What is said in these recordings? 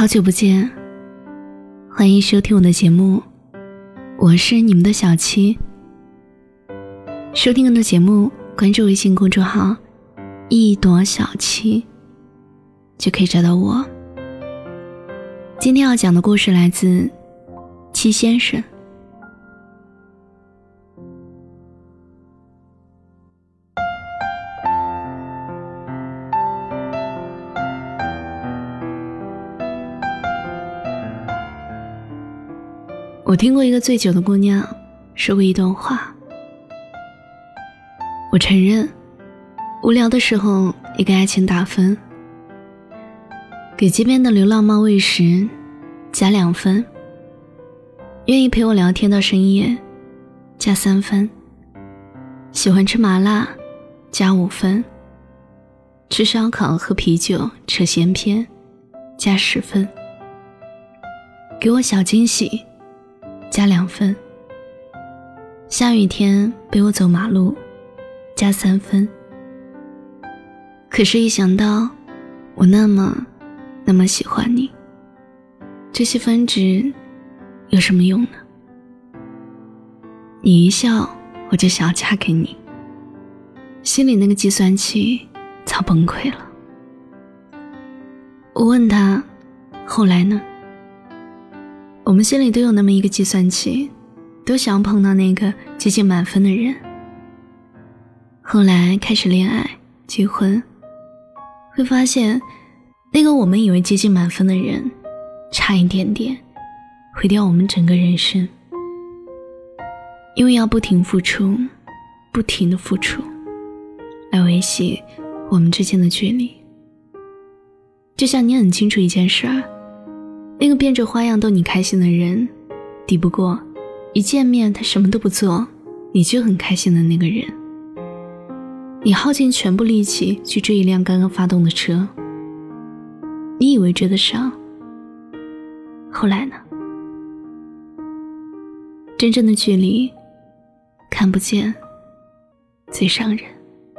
好久不见，欢迎收听我的节目，我是你们的小七。收听我的节目，关注微信公众号一朵小七就可以找到我。今天要讲的故事来自七先生。我听过一个醉酒的姑娘说过一段话，我承认无聊的时候也给爱情打分，给街边的流浪猫喂食加2分，愿意陪我聊天到深夜加3分，喜欢吃麻辣加5分，吃烧烤喝啤酒扯闲篇加10分，给我小惊喜加2分，下雨天陪我走马路加3分。可是一想到我那么喜欢你，这些分值有什么用呢？你一笑我就想要嫁给你，心里那个计算器早崩溃了。我问他后来呢？我们心里都有那么一个计算器，都想要碰到那个接近满分的人。后来开始恋爱结婚，会发现那个我们以为接近满分的人差一点点毁掉我们整个人生。因为要不停付出，不停的付出来维系我们之间的距离。就像你很清楚一件事儿，那个变着花样逗你开心的人，抵不过一见面他什么都不做你就很开心的那个人。你耗尽全部力气去追一辆刚刚发动的车，你以为追得上，后来呢？真正的距离看不见最伤人。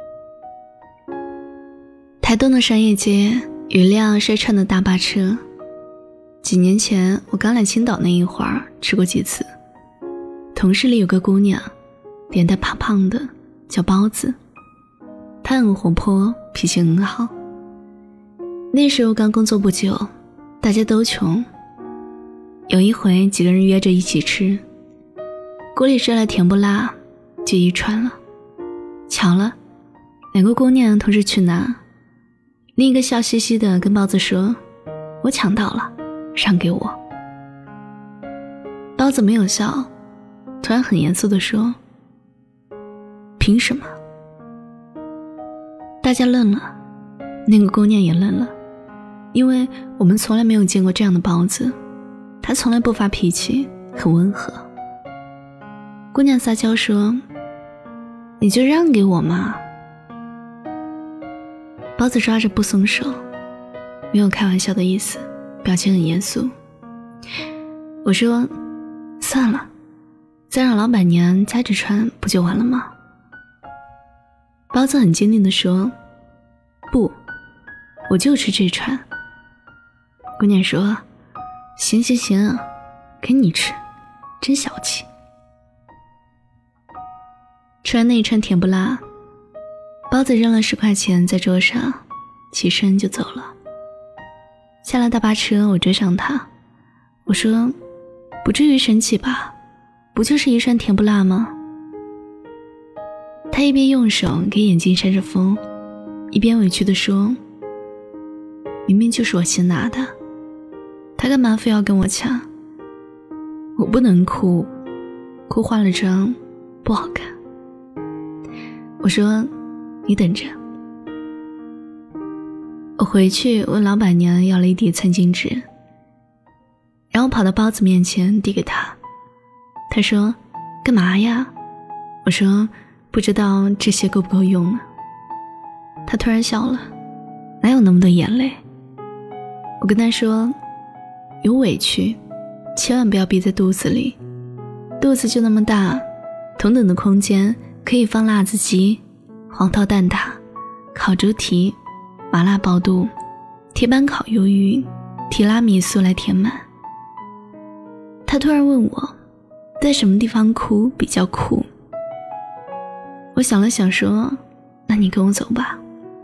台东的商业街有一辆筛串的大巴车，几年前我刚来青岛那一会儿吃过几次。同事里有个姑娘，脸蛋胖胖的，叫包子。她很活泼，脾气很好。那时候刚工作不久，大家都穷。有一回几个人约着一起吃，锅里热了甜不辣，就一串了。巧了，2个姑娘同时去拿，另一个笑嘻嘻的跟包子说：“我抢到了，让给我。”包子没有笑，突然很严肃地说：“凭什么？”大家愣了，那个姑娘也愣了，因为我们从来没有见过这样的包子，她从来不发脾气，很温和。姑娘撒娇说：“你就让给我嘛。”包子抓着不松手，没有开玩笑的意思，表情很严肃。我说：“算了，再让老板娘夹着穿不就完了吗？”包子很坚定地说：“不，我就吃这串。”姑娘说：“行，给你吃，真小气。”吃完那一串甜不辣，包子扔了10块钱在桌上，起身就走了。下了大巴车，我追上他，我说：“不至于生气吧？不就是一串甜不辣吗？”他一边用手给眼睛扇着风，一边委屈地说：“明明就是我先拿的，他干嘛非要跟我抢？我不能哭，哭化了妆不好看。”我说：“你等着。”我回去问老板娘要了一叠餐巾纸，然后跑到包子面前递给他。他说：“干嘛呀？”我说：“不知道这些够不够用呢。”他突然笑了：“哪有那么多眼泪？”我跟他说：“有委屈千万不要憋在肚子里，肚子就那么大，同等的空间可以放辣子鸡、黄桃蛋挞、烤猪蹄、麻辣爆肚、铁板烤鱿鱼、 提拉米苏来填满。他突然问我，在什么地方哭比较酷？我想了想说，那你跟我走吧。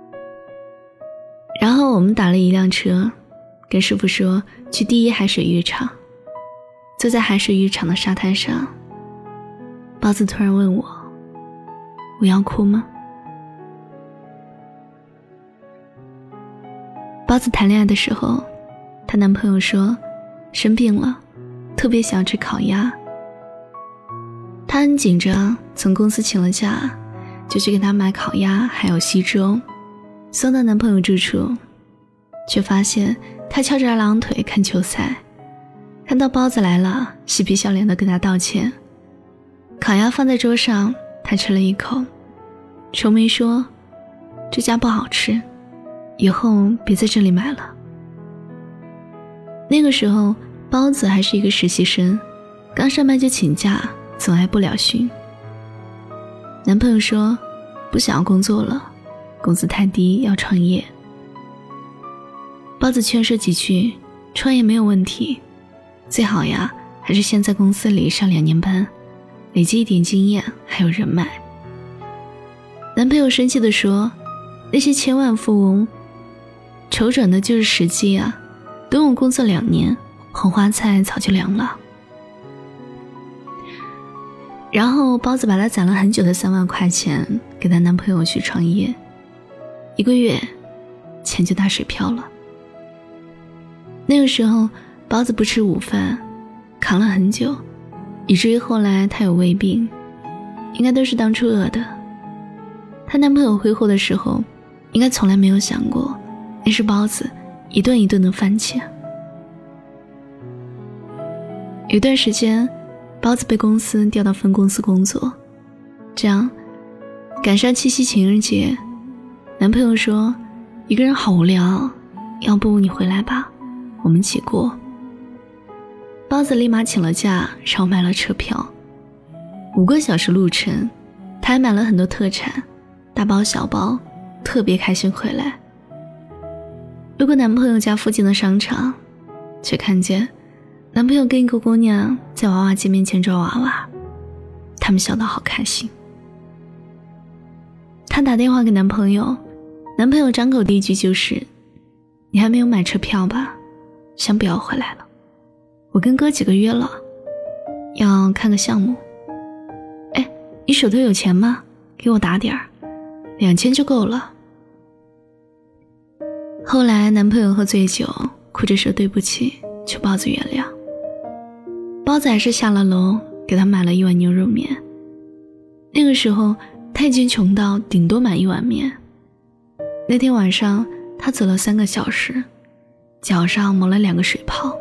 然后我们打了一辆车，跟师傅说去第一海水浴场。坐在海水浴场的沙滩上，包子突然问我，我要哭吗？包子谈恋爱的时候，她男朋友说生病了，特别想吃烤鸭。她很紧张，从公司请了假，就去给他买烤鸭还有稀粥，送到男朋友住处，却发现他翘着二郎腿看球赛。看到包子来了，嬉皮笑脸地跟他道歉。烤鸭放在桌上，他吃了一口，愁眉说，这家不好吃，以后别在这里买了。那个时候包子还是一个实习生，刚上班就请假，总挨不了训。男朋友说不想要工作了，工资太低，要创业。包子劝说几句，创业没有问题，最好呀还是先在公司里上2年班，累积一点经验还有人脉。男朋友生气地说，那些千万富翁瞅准的就是时机啊，等我工作2年，红花菜早就凉了。然后包子把她攒了很久的3万块钱给她男朋友去创业，1个月钱就打水漂了。那个时候包子不吃午饭，扛了很久，以至于后来她有胃病，应该都是当初饿的。她男朋友挥霍的时候，应该从来没有想过那是包子一顿一顿的饭钱。有段时间包子被公司调到分公司工作，这样赶上7夕情人节，男朋友说一个人好无聊，要不你回来吧，我们一起过。包子立马请了假，然后买了车票，5个小时路程，他还买了很多特产，大包小包，特别开心回来。路过男朋友家附近的商场，却看见男朋友跟一个姑娘在娃娃机面前抓娃娃，他们笑得好开心。她打电话给男朋友，男朋友张口第一句就是你还没有买车票吧，先不要回来了，我跟哥几个约了，要看个项目。哎，你手头有钱吗？给我打点儿，2000就够了。后来男朋友喝醉酒，哭着说对不起，求包子原谅。包子还是下了楼，给他买了1碗牛肉面。那个时候他已经穷到顶多买1碗面。那天晚上他走了3个小时，脚上磨了2个水泡。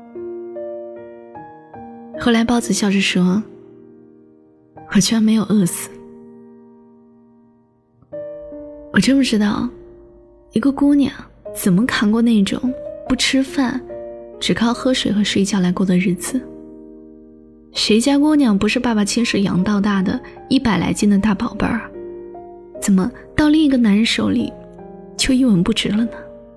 后来包子笑着说，我居然没有饿死。我真不知道一个姑娘怎么扛过那种不吃饭只靠喝水和睡觉来过的日子。谁家姑娘不是爸爸亲手养到大的100来斤的大宝贝儿，怎么到另一个男人手里就一文不值了呢？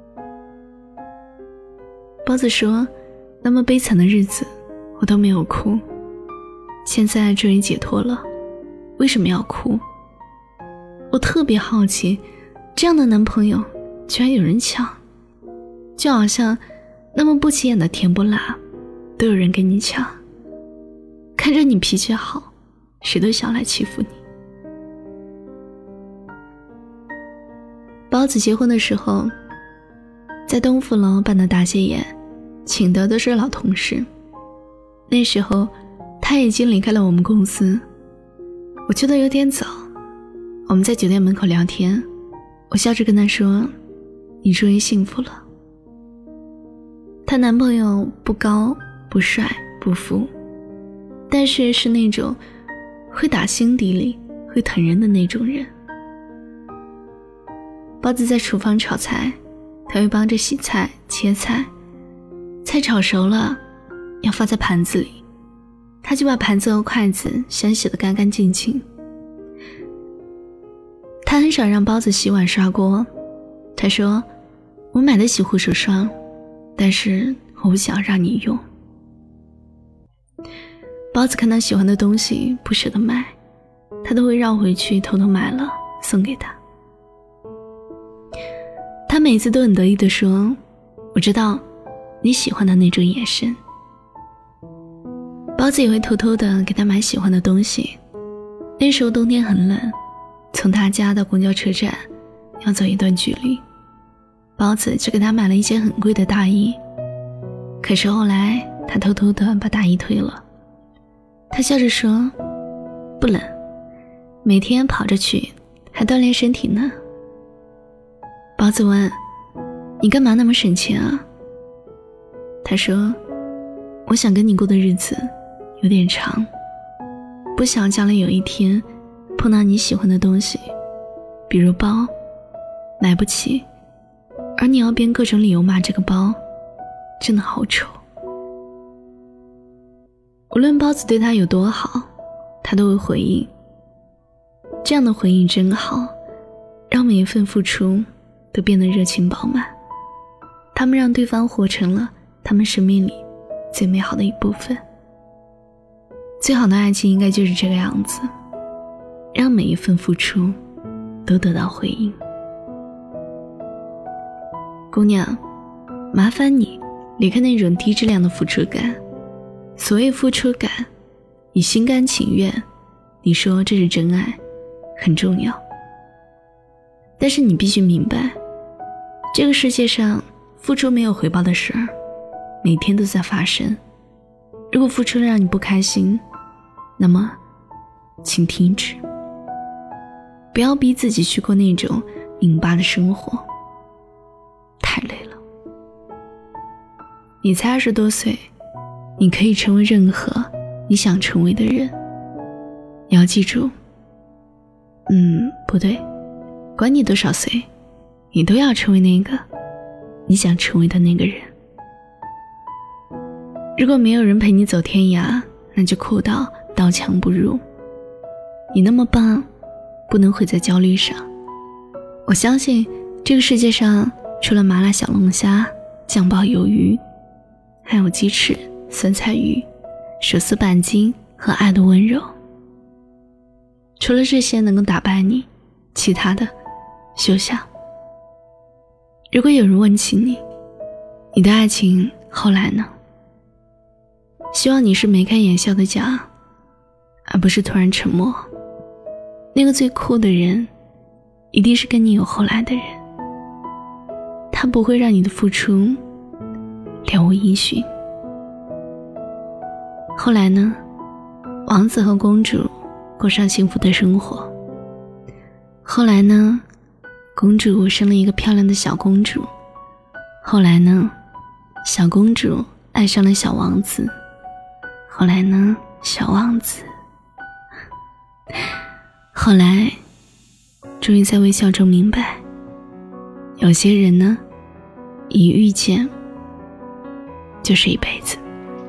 包子说，那么悲惨的日子我都没有哭，现在终于解脱了，为什么要哭？我特别好奇，这样的男朋友居然有人抢，就好像那么不起眼的甜不辣都有人跟你抢，看着你脾气好，谁都想来欺负你。包子结婚的时候，在东福楼办的大谢宴，请的都是老同事。那时候他已经离开了我们公司，我觉得有点早。我们在酒店门口聊天，我笑着跟他说，你终于幸福了。她男朋友不高不帅不富，但是是那种会打心底里会疼人的那种人。包子在厨房炒菜，他会帮着洗菜切菜，菜炒熟了要放在盘子里，他就把盘子和筷子先洗得干干净净。他很少让包子洗碗刷锅，他说，我买得起护手霜， 但是我不想让你用。包子看他喜欢的东西不舍得买，他都会绕回去偷偷买了送给他。他每次都很得意地说，我知道你喜欢的那种眼神。包子也会偷偷地给他买喜欢的东西。那时候冬天很冷，从他家到公交车站要走一段距离，包子就给他买了一件很贵的大衣。可是后来他偷偷地把大衣退了，他笑着说，不冷，每天跑着去还锻炼身体呢。包子问，你干嘛那么省钱啊？他说，我想跟你过的日子有点长，不想将来有一天碰到你喜欢的东西，比如包，买不起，而你要编各种理由骂这个包真的好丑。无论包子对他有多好，他都会回应。这样的回应真好，让每一份付出都变得热情饱满。他们让对方活成了他们生命里最美好的一部分。最好的爱情应该就是这个样子，让每一份付出都得到回应。姑娘，麻烦你离开那种低质量的付出感。所谓付出感，你心甘情愿，你说这是真爱，很重要。但是你必须明白，这个世界上付出没有回报的事儿每天都在发生。如果付出了让你不开心，那么请停止。不要逼自己去过那种拧巴的生活，太累了。你才20多岁，你可以成为任何你想成为的人。你要记住，不对，管你多少岁，你都要成为那个你想成为的那个人。如果没有人陪你走天涯，那就哭到刀枪不入。你那么棒，不能毁在焦虑上。我相信这个世界上除了麻辣小龙虾、酱爆鱿鱼，还有鸡翅、酸菜鱼、手撕板筋和爱的温柔。除了这些能够打败你，其他的休想。如果有人问起你，你的爱情后来呢？希望你是眉开眼笑的讲，而不是突然沉默。那个最酷的人，一定是跟你有后来的人，他不会让你的付出了无音讯。后来呢，王子和公主过上幸福的生活。后来呢，公主生了一个漂亮的小公主。后来呢，小公主爱上了小王子。后来呢，小王子后来终于在微笑中明白，有些人呢，一遇见就是一辈子。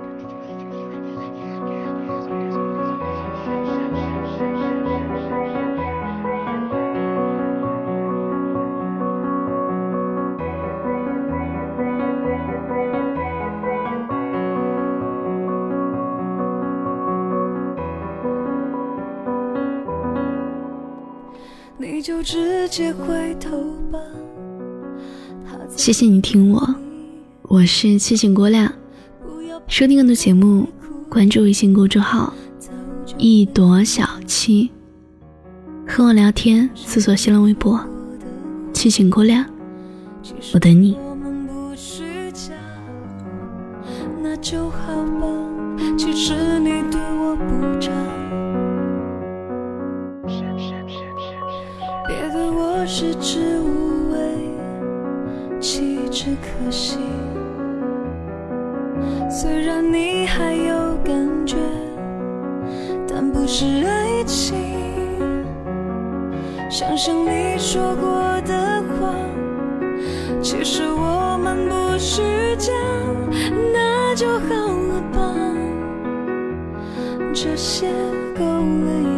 你就直接回头吧。 谢谢你听我是七情郭亮。收听更多节目，关注微信公众号一朵小七，和我聊天，搜索新浪微博七情郭亮，我等你。 那就好吧，其实你对我不差，别对我食之无味，弃之可惜。虽然你还有感觉，但不是爱情。想想你说过的话，其实我们不是假，那就好了吧，这些够了。